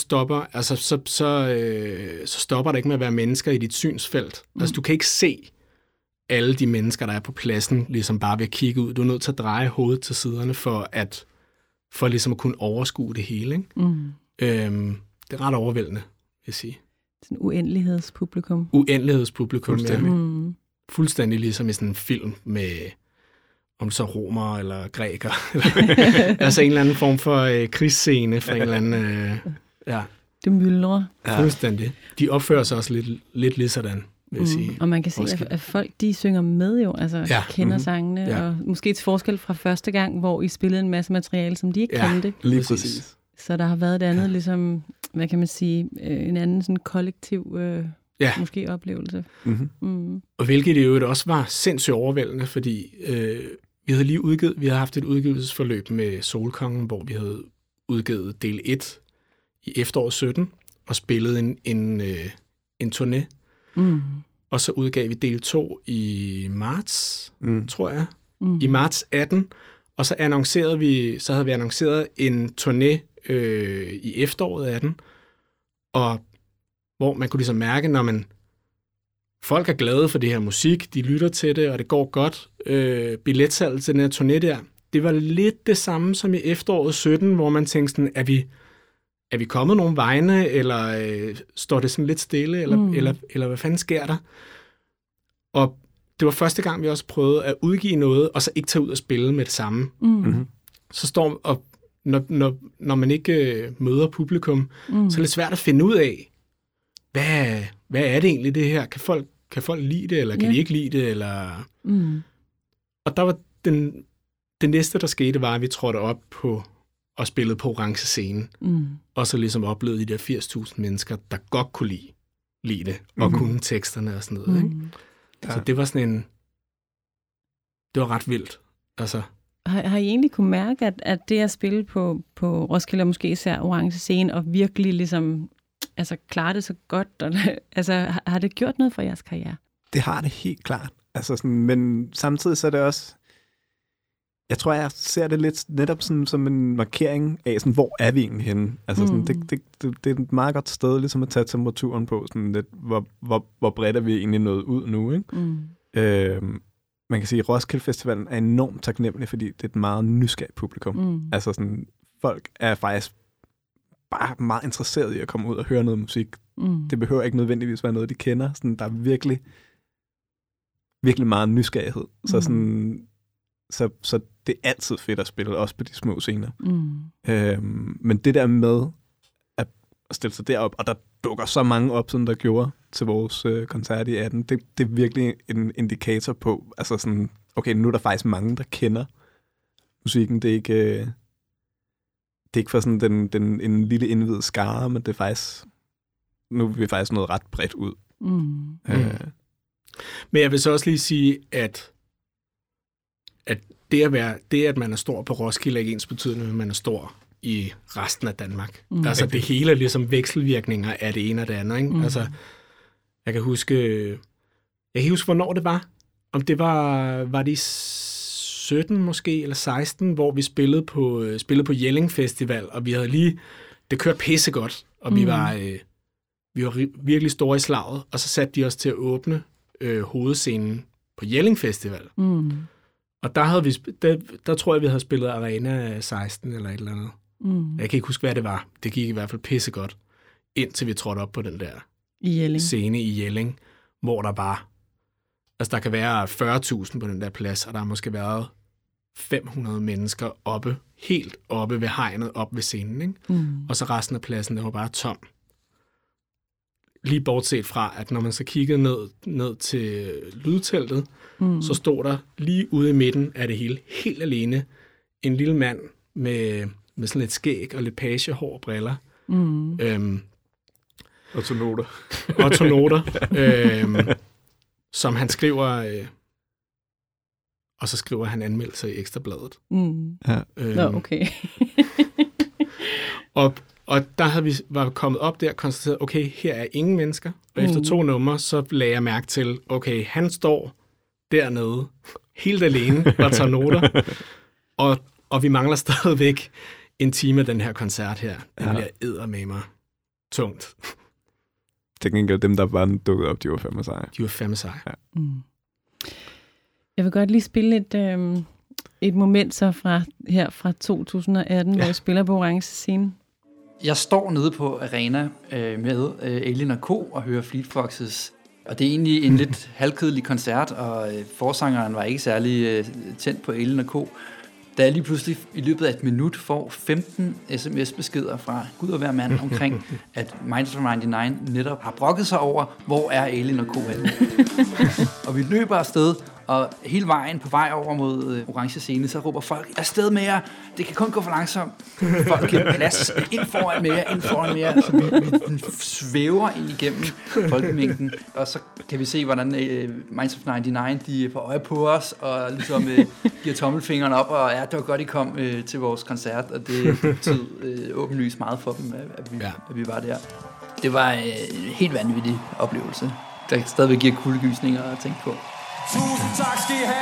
stopper der ikke med at være mennesker i dit synsfelt. Altså, du kan ikke se alle de mennesker, der er på pladsen, ligesom bare ved at kigge ud. Du er nødt til at dreje hovedet til siderne, for ligesom at kunne overskue det hele. Ikke? Det er ret overvældende, vil jeg sige. Sådan uendelighedspublikum. Uendelighedspublikum, ja. Fuldstændig ligesom i sådan en film med, om så romer eller græker. Altså en eller anden form for krigsscene fra en eller anden... Det myldrer. Ja. Fuldstændig. De opfører sig også lidt lige sådan, vil jeg sige. Og man kan se, at folk, de synger med jo, altså kender sangene, og måske til forskel fra første gang, hvor I spillede en masse materiale, som de ikke kendte. Lige præcis. Så der har været et andet, ligesom, hvad kan man sige, en anden sådan kollektiv måske oplevelse. Mm-hmm. Mm. Og hvilket det jo også var sindssygt overvældende, fordi vi havde haft et udgivelsesforløb med Solkongen, hvor vi havde udgivet del 1 i efteråret 17 og spillet en turné. Mm. Og så udgav vi del 2 i marts, tror jeg. Mm. I marts 18. Og så havde vi annonceret en turné i efteråret 18. Og hvor man kunne ligesom mærke, når folk er glade for det her musik, de lytter til det, og det går godt. Billetsalget til den her turné der, det var lidt det samme som i efteråret 17, hvor man tænkte sådan, er vi kommet nogle vegne, eller står det sådan lidt stille, eller hvad fanden sker der? Og det var første gang, vi også prøvede at udgive noget, og så ikke tage ud og spille med det samme. Mm-hmm. Så står og når man ikke møder publikum, så er det lidt svært at finde ud af, hvad er det egentlig det her? Kan folk lide det, eller kan de ikke lide det? Eller... Mm. Og der var det næste, der skete, var, at vi trådte op på og spillede på Orange Scene. Mm. Og så ligesom oplevede de der 80.000 mennesker, der godt kunne lide det, og kunne teksterne og sådan noget. Ikke? Så det var sådan det var ret vildt. Altså... Har I egentlig kunne mærke, at det at spille på Roskilde, og måske især Orange Scene, og virkelig ligesom klare det så godt, og, har det gjort noget for jeres karriere? Det har det helt klart. Altså sådan, men samtidig så er det også... Jeg tror, jeg ser det lidt netop sådan, som en markering af, sådan, hvor er vi egentlig henne? Altså, sådan, det er et meget godt sted ligesom at tage temperaturen på, sådan lidt, hvor bredt er vi egentlig nået ud nu, ikke? Mm. man kan sige, at Roskilde Festivalen er enormt taknemmelig, fordi det er et meget nysgerrigt publikum. Altså sådan, folk er faktisk bare meget interesseret i at komme ud og høre noget musik. Det behøver ikke nødvendigvis være noget, de kender. Sådan, der er virkelig, virkelig meget nysgerrighed. Så sådan, så det er altid fedt at spille, også på de små scener. Men det der med at stille sig derop, og der dukker så mange op, som der gjorde til vores koncert i 18, det er virkelig en indikator på, altså sådan, okay, nu er der faktisk mange, der kender musikken. Det er ikke for sådan en lille indvidet skare, men det er faktisk, nu er vi faktisk noget ret bredt ud. Men jeg vil så også lige sige, at det at man er stor på Roskilde, er ikke ens betydende, at man er stor i resten af Danmark. Altså det hele er ligesom vekselvirkninger af det ene og det andet. Ikke? Altså, jeg kan huske, hvornår det var. Om det var det i 17 måske, eller 16, hvor vi spillede på Jelling Festival, og vi havde lige, det kørte pissegodt, og vi var virkelig store i slaget, og så satte de os til at åbne hovedscenen på Jelling Festival. Og der tror jeg, vi havde spillet Arena 16 eller et eller andet. Jeg kan ikke huske, hvad det var. Det gik i hvert fald pissegodt, indtil vi trådte op på den der scene i Jelling, hvor der var, altså der kan være 40.000 på den der plads, og der har måske været 500 mennesker helt oppe ved hegnet, op ved scenen, ikke? Og så resten af pladsen, der var bare tom. Lige bortset fra, at når man så kiggede ned til lydteltet, så stod der lige ude i midten af det hele, helt alene, en lille mand med sådan lidt skæg og lidt pagehår og briller. Og tonoter. Som han skriver, og så skriver han anmeldelser i Ekstrabladet. Okay. Og der havde vi var kommet op der og konstateret, okay, her er ingen mennesker. Og efter 2 numre, så lagde jeg mærke til, okay, han står dernede, helt alene, og tager noter. Og vi mangler stadigvæk en time af den her koncert her. Den bliver eddermame tungt. Til gengæld dem, der bare dukkede op, de var fandme seje. De var fandme seje. Ja. Jeg vil godt lige spille et moment så fra 2018, hvor jeg spiller på Orange Scene. Jeg står nede på Arena med Alien & Co. og hører Fleet Foxes. Og det er egentlig en lidt halvkedelig koncert, og forsangeren var ikke særlig tændt på Alien & Co. Da jeg lige pludselig i løbet af et minut får 15 sms-beskeder fra Gud og hver mand omkring, at Minds of 99 netop har brokket sig over, hvor er Alien & Co. henne. Og vi løber afsted, og hele vejen på vej over mod Orange Scene, så råber folk, afsted med jer, det kan kun gå for langsomt. Folk giver plads, ind foran mere, så vi svæver ind igennem folkemængden, og så kan vi se, hvordan Minds of 99, de er på øje på os, og ligesom giver tommelfingeren op, og ja, det var godt, I kom til vores koncert, og det betød åbenlyst meget for dem, at vi var der. Det var en helt vanvittig oplevelse, der stadigvæk giver kuldegysninger at tænke på. Tusind tak skal I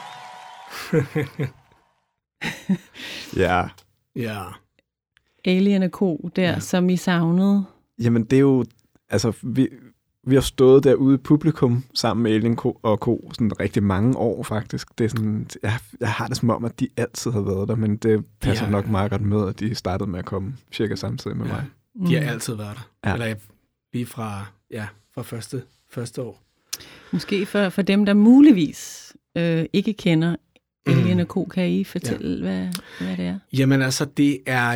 have. Ja. Alien & Co. der, som I savnede. Jamen det er jo, altså vi har stået derude i publikum sammen med Alien og Co. sådan rigtig mange år faktisk. Det er sådan, jeg har det som om, at de altid har været der, men det passer nok meget godt med, at de startede med at komme cirka samtidig med mig. De har altid været der. Eller lige fra første år. Måske for dem, der muligvis ikke kender Alien & Co., kan I fortælle, hvad det er? Jamen altså, det er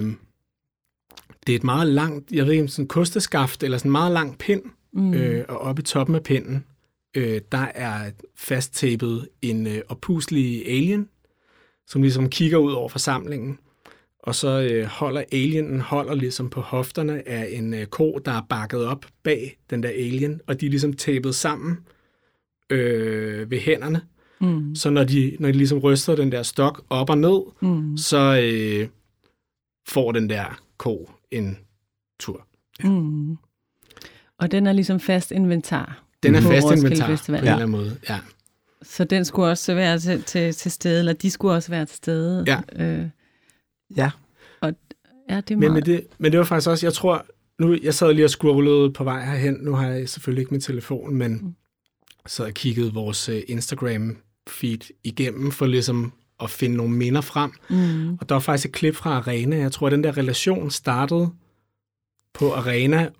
et meget langt, jeg ved ikke, sådan en kosteskaft, eller sådan en meget lang pind, og oppe i toppen af pinden, der er fasttapet en oppuslig alien, som ligesom kigger ud over forsamlingen, og så holder alienen ligesom på hofterne af en ko, der er bakket op bag den der alien, og de er ligesom tapet sammen ved hænderne. Så når de ligesom ryster den der stok op og ned, så får den der ko en tur. Ja. Og den er ligesom fast inventar. Den er fast inventar på en eller anden måde, ja. Så den skulle også være til stede, eller de skulle også være til stede. Ja. Ja. Og det er meget... Men det var faktisk også, jeg tror, nu jeg sad lige og scrollede på vej herhen, nu har jeg selvfølgelig ikke min telefon, men så jeg kiggede vores Instagram feed igennem for ligesom at finde nogle minder frem. Og der var faktisk et klip fra Arena. Jeg tror, at den der relation startede på Arena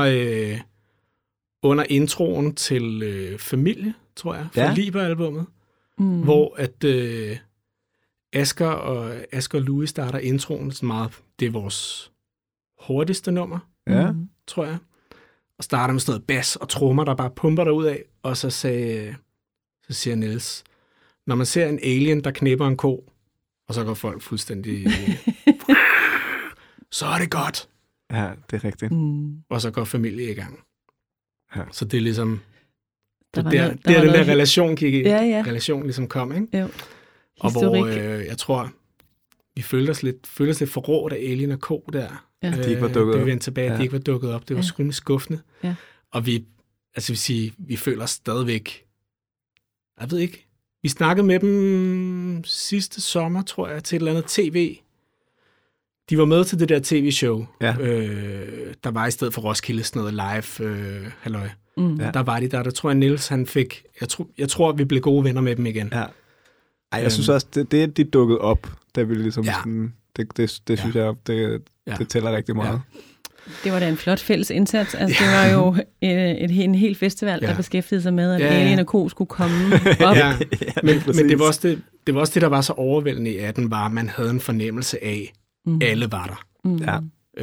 under introen til Familie, tror jeg, fra Liber-albummet, hvor at Asger og Louis starter introen så meget. Det er vores hurtigste nummer, tror jeg. Og starter med sådan noget bas og trommer, der bare pumper derud af. Og så siger Niels, når man ser en alien, der knipper en ko, og så går folk fuldstændig... så er det godt. Ja, det er rigtigt. Og så går Familie i gang. Ja. Så det er ligesom... Der den der relation gik i. Relation ligesom kom, ikke? Jo. Og hvor jeg tror, vi følte os lidt forrådt af Alien og Ko der. Ja. De ikke var dukket op. Vi vendte tilbage, de ikke var dukket op. Det var sgu skuffende. Ja. Og vi føler os stadigvæk... Jeg ved ikke. Vi snakkede med dem sidste sommer, tror jeg, til et eller andet tv. De var med til det der tv-show. Ja. Der var i stedet for Roskilde sådan noget live halløj. Der var de der. Der tror jeg, Niels han fik... Jeg tror, vi blev gode venner med dem igen. Ja. Ej, jeg synes også, det de dukkede op, da vi ligesom sådan... Det synes jeg, det tæller rigtig meget. Ja. Det var da en flot fælles indsats. Altså, det var jo en hel festival, der beskæftigede sig med, at Alien og Ko skulle komme op. Men det var også det, der var så overvældende i 18, var, at man havde en fornemmelse af, alle var der.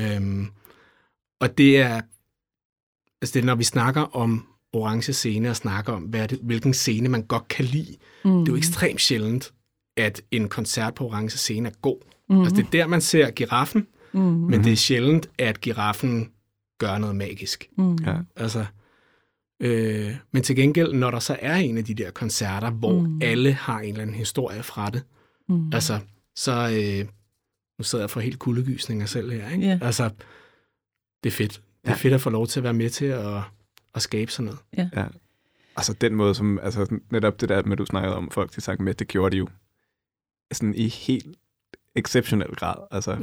Og det er, når vi snakker om orange scene og snakker om, hvilken scene man godt kan lide, det er jo ekstremt sjældent, at en koncert på orange scene er god. Altså, det er der, man ser Giraffen, men det er sjældent, at Giraffen gør noget magisk. Ja. Altså, men til gengæld, når der så er en af de der koncerter, hvor alle har en eller anden historie fra det, altså, så... nu sidder jeg for helt kuldegysninger selv her, ikke? Yeah. Altså, det er fedt. Det er fedt at få lov til at være med til at skabe sådan noget. Yeah. Ja. Altså den måde, som altså netop det der med, du snakkede om, folk de sang med, det gjorde de jo sådan i helt exceptionel grad. Altså,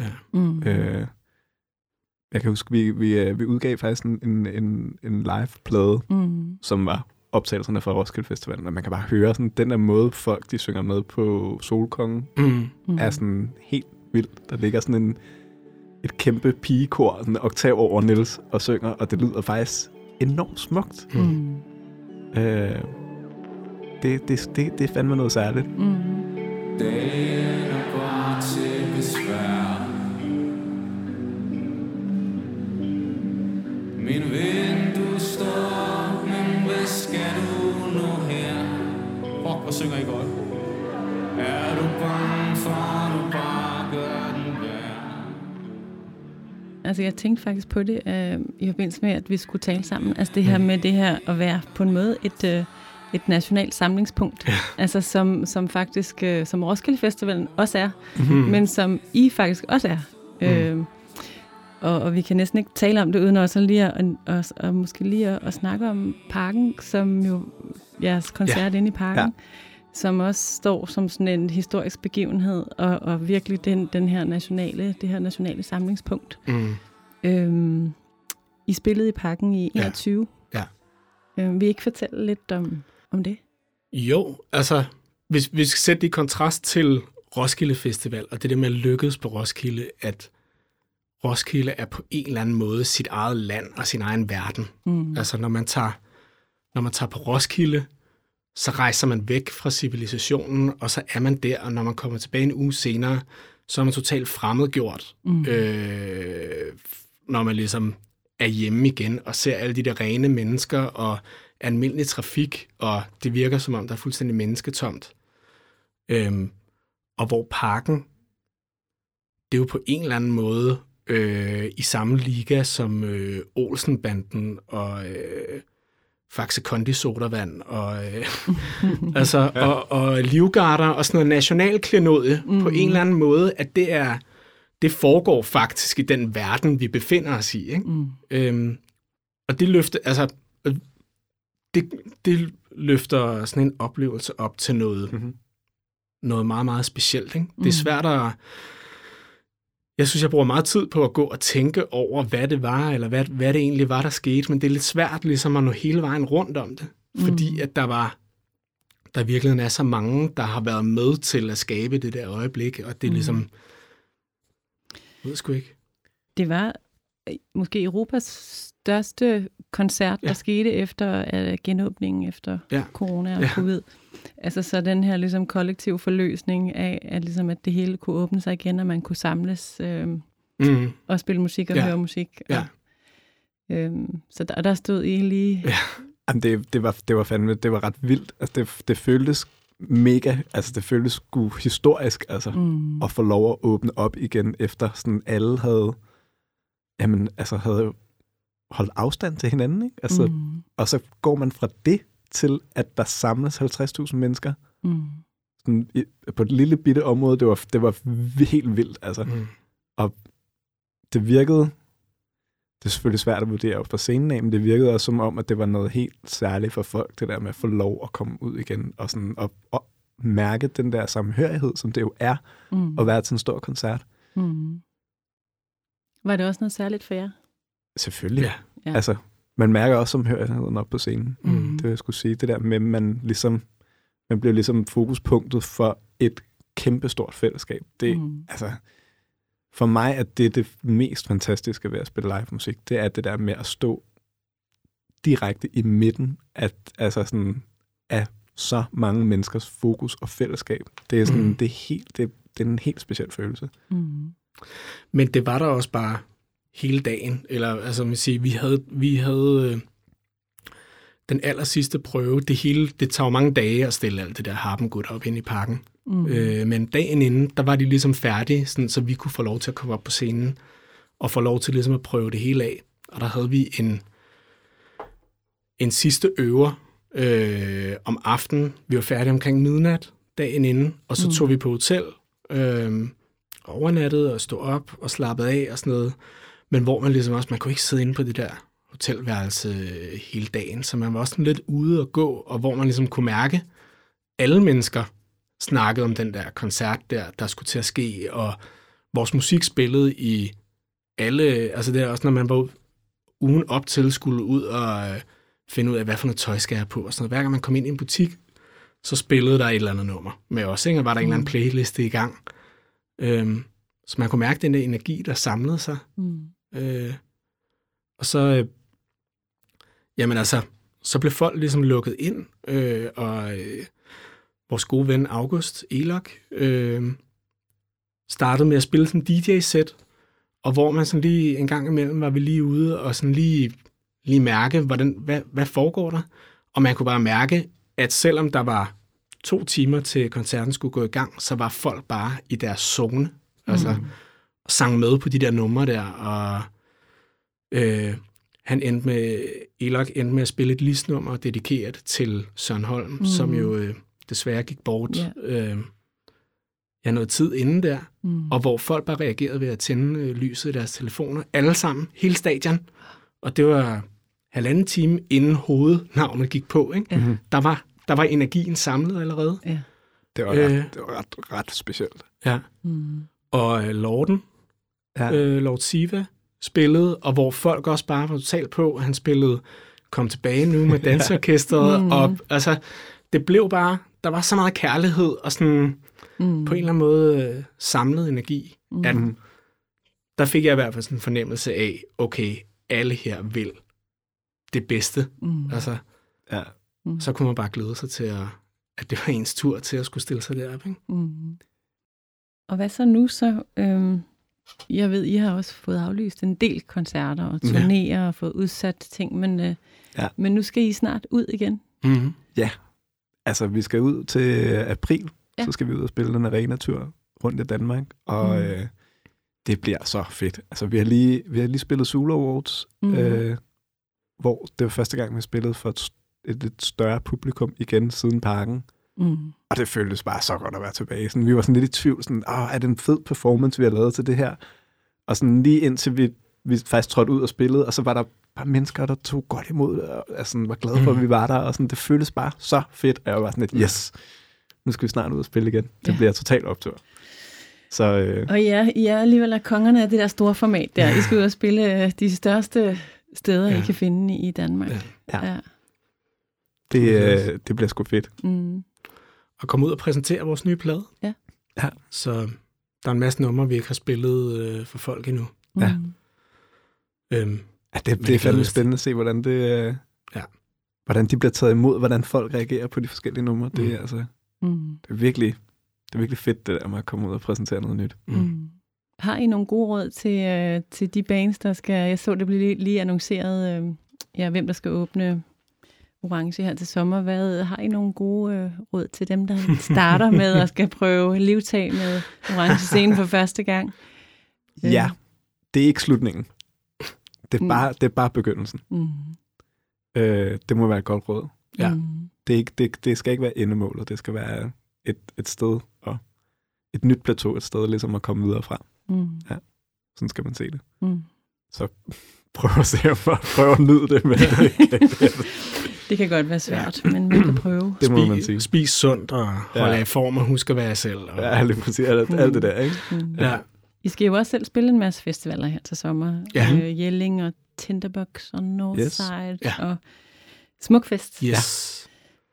jeg kan huske, vi udgav faktisk en live-plade, som var optagelserne fra Roskilde Festivalen, og man kan bare høre sådan, den der måde, folk de synger med på Solkongen, er sådan helt vildt. Der ligger sådan et kæmpe pigekor, sådan en oktav over Niels og synger, og det lyder faktisk enormt smukt. Det er fandme noget særligt. Dagen er bare til besvær. Min ven, du står, men hvad skal du nu her? Fuck, hvad synger I godt? Er du bange for, du bare gør den værd? Altså, jeg tænkte faktisk på det i forbindelse med, at vi skulle tale sammen. Altså, det her med det her at være på en måde et nationalt samlingspunkt. Ja. Altså, som faktisk, som Roskilde Festivalen også er, men som I faktisk også er. Og vi kan næsten ikke tale om det, uden også lige og måske lige at snakke om Parken, som jo jeres koncert inde i Parken, som også står som sådan en historisk begivenhed, og virkelig det her nationale samlingspunkt. I spillede i Parken i 21. Ja. Vil I ikke fortælle lidt om det? Jo, altså, hvis vi skal sætte det i kontrast til Roskilde Festival, og det der med at lykkes på Roskilde, at Roskilde er på en eller anden måde sit eget land og sin egen verden. Altså, når man tager på Roskilde, så rejser man væk fra civilisationen, og så er man der, og når man kommer tilbage en uge senere, så er man totalt fremmedgjort, når man ligesom er hjemme igen, og ser alle de der rene mennesker, og almindelig trafik, og det virker som om, der er fuldstændig mennesketomt. Og hvor Parken, det er jo på en eller anden måde i samme liga som Olsenbanden og Faxe Kondi Sodavand og altså og Livgarder og sådan noget nationalklenodie på en eller anden måde, at det foregår faktisk i den verden, vi befinder os i, ikke? Og det løfter, altså det løfter sådan en oplevelse op til noget meget, meget specielt, ikke? Det er svært at... Jeg synes, jeg bruger meget tid på at gå og tænke over, hvad det var, eller hvad det egentlig var, der skete, men det er lidt svært ligesom at nå hele vejen rundt om det, fordi at der der virkelig er så mange, der har været med til at skabe det der øjeblik, og det er ligesom, jeg ved sgu ikke. Det var måske Europas største koncert, der skete efter genåbningen efter corona og covid. Altså så den her ligesom kollektiv forløsning af, at det hele kunne åbne sig igen, og man kunne samles og spille musik og høre musik. Og, så der stod I lige... Ja. Jamen, det var fandme, det var ret vildt. Altså det føltes mega, altså det føltes sgu historisk, altså at få lov at åbne op igen, efter sådan alle havde holdt afstand til hinanden, ikke? Altså, og så går man fra det til, at der samles 50.000 mennesker sådan, på et lille bitte område. Det var helt vildt, altså. Og det virkede, det er selvfølgelig svært at vurdere på scenen af, men det virkede også som om, at det var noget helt særligt for folk, det der med at få lov at komme ud igen, og sådan og mærke den der samhørighed, som det jo er, at være til en stor koncert. Var det også noget særligt for jer? Selvfølgelig. Ja. Altså, man mærker også samhørigheden op på scenen. Det vil jeg skulle sige. Det der med, man bliver ligesom fokuspunktet for et kæmpestort fællesskab. Det, altså, for mig er det mest fantastiske ved at spille live musik. Det er det der med at stå direkte i midten af så mange menneskers fokus og fællesskab. Det er sådan, det er en helt speciel følelse. Men det var der også bare hele dagen. Eller altså man siger, vi havde den aller sidste prøve. Det tager jo mange dage at stille alt det der harpengud op ind i parken. Men dagen inden, der var de ligesom færdige, sådan, så vi kunne få lov til at komme op på scenen og få lov til ligesom at prøve det hele af. Og der havde vi en sidste øver om aftenen. Vi var færdige omkring midnat dagen inden, og så tog vi på hotel, overnattede og stod op og slappede af og sådan noget. Men hvor man ligesom også, man kunne ikke sidde inde på det der hotelværelse hele dagen, så man var også sådan lidt ude og gå, og hvor man ligesom kunne mærke, alle mennesker snakkede om den der koncert der skulle til at ske, og vores musik spillede i alle, altså det er også, når man var ugen op til skulle ud og finde ud af, hvad for noget tøj skal jeg på, og sådan noget. Hver gang man kom ind i en butik, så spillede der et eller andet nummer med os, ikke? Og var der en eller anden playliste i gang. Så man kunne mærke den der energi, der samlede sig. Og så, så blev folk ligesom lukket ind, og vores gode ven August Elok startede med at spille sådan en DJ-sæt, og hvor man sådan lige en gang imellem var vi lige ude og sådan lige mærke, hvad foregår der? Og man kunne bare mærke, at selvom der var 2 timer til koncerten skulle gå i gang, så var folk bare i deres zone. Altså sang med på de der numre der, og Elok endte med at spille et listnummer dedikeret til Søren Holm, som jo desværre gik bort noget tid inden der, og hvor folk bare reagerede ved at tænde lyset i deres telefoner, alle sammen, hele stadion, og det var 1,5 time inden hovednavnet gik på, ikke? Der var energien samlet allerede. Ja. Det var ret specielt. Ja. Og Lorden, Lord Siva, spillede, og hvor folk også bare var totalt på, han spillede Kom tilbage nu med dansorkestret, og altså, det blev bare, der var så meget kærlighed, og sådan på en eller anden måde samlet energi, at der fik jeg i hvert fald sådan en fornemmelse af, okay, alle her vil det bedste. Altså, så kunne man bare glæde sig til, at det var ens tur til at skulle stille sig derop, ikke? Og hvad så nu så? Jeg ved, I har også fået aflyst en del koncerter og turnéer og fået udsat ting, men nu skal I snart ud igen. Ja, altså vi skal ud til april, så skal vi ud og spille en arena-tur rundt i Danmark, og det bliver så fedt. Altså vi har lige spillet Zulu Awards, hvor det var første gang, vi spillede for et lidt større publikum igen siden parken. Og det føltes bare så godt at være tilbage. Sådan, vi var sådan lidt i tvivl, sådan, er det en fed performance, vi har lavet til det her? Og sådan lige indtil vi faktisk trådte ud og spillede, og så var der bare mennesker, der tog godt imod det, og altså, var glade for, at vi var der, og sådan, det føltes bare så fedt, at jeg var sådan lidt, yes, nu skal vi snart ud og spille igen. Det bliver totalt optur. Så, Og I er alligevel af kongerne af det der store format der. I skal ud og spille de største steder, I kan finde i Danmark. Ja. Det bliver sgu fedt. at komme ud og præsentere vores nye plade. Ja. Så der er en masse numre, vi ikke har spillet for folk endnu. Ja. Det er fandme det spændende at se, hvordan det... Hvordan de bliver taget imod, hvordan folk reagerer på de forskellige numre. Det er altså... Det er virkelig fedt, det der med at komme ud og præsentere noget nyt. Har I nogle gode råd til de bands, der skal... Jeg så, det blev lige annonceret, hvem der skal åbne Orange her til sommer. Har I nogle gode råd til dem, der starter med at skal prøve livtag med Orange Scene for første gang? Ja, det er ikke slutningen. Det er bare begyndelsen. Det må være et godt råd. Ja. Det skal ikke være endemålet. Det skal være et sted, og et nyt plateau, et sted ligesom at komme videre fra. Ja, sådan skal man se det. Så prøv at nyde det med det. Det kan godt være svært, men man kan prøve. Det må man sige. Spis sundt og holde af form og husk at være selv. Og... Ja, lige præcis. Alt det der, ikke? Ja. I skal jo også selv spille en masse festivaler her til sommer. Ja. Jelling og Tinderbox og Northside og Smukfest. Yes.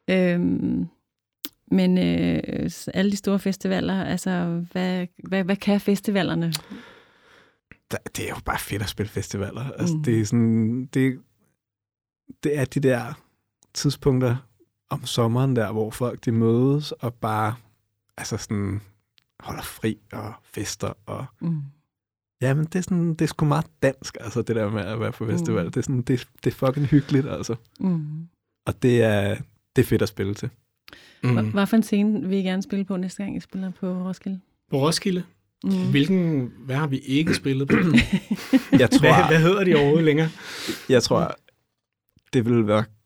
Men alle de store festivaler, altså, hvad kan festivalerne? Det er jo bare fedt at spille festivaler. Altså, det er sådan, det er de der tidspunkter om sommeren der, hvor folk de mødes og bare altså sådan holder fri og fester og jamen det er sgu meget dansk, altså det der med at være på festival. Det er sådan, det er fucking hyggeligt, altså. Og det er fedt at spille til. Hvad for en scene vil I gerne spille på næste gang, I spiller på Roskilde? På Roskilde? Hvad har vi ikke spillet på? Jeg tror, hvad hedder de overhovedet længere? Jeg tror, det vil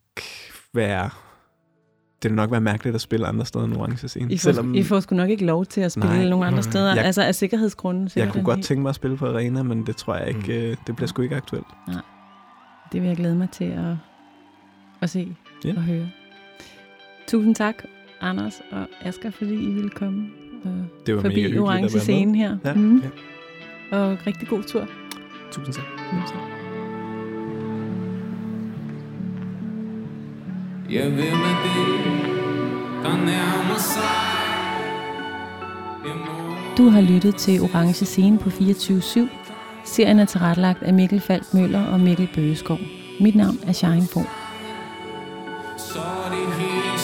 nok være mærkeligt at spille andre steder end Orange Scene. I får sgu nok ikke lov til at spille nogle andre steder, altså af sikkerhedsgrunden. Jeg kunne godt tænke mig at spille på Arena, men det tror jeg ikke, det bliver sgu ikke aktuelt. Nej, det vil jeg glæde mig til at se og høre. Tusind tak, Anders og Asger, fordi I ville komme forbi Orange Scene her. Ja. Og rigtig god tur. Tusind tak. Jeg vil med det, der nærmer sig. Du har lyttet til Orange Scene på 24/7. Serien er tilrettelagt af Mikkel Falk Møller og Mikkel Bøgeskov. Mit navn er Sharin Fogh. Så er det helt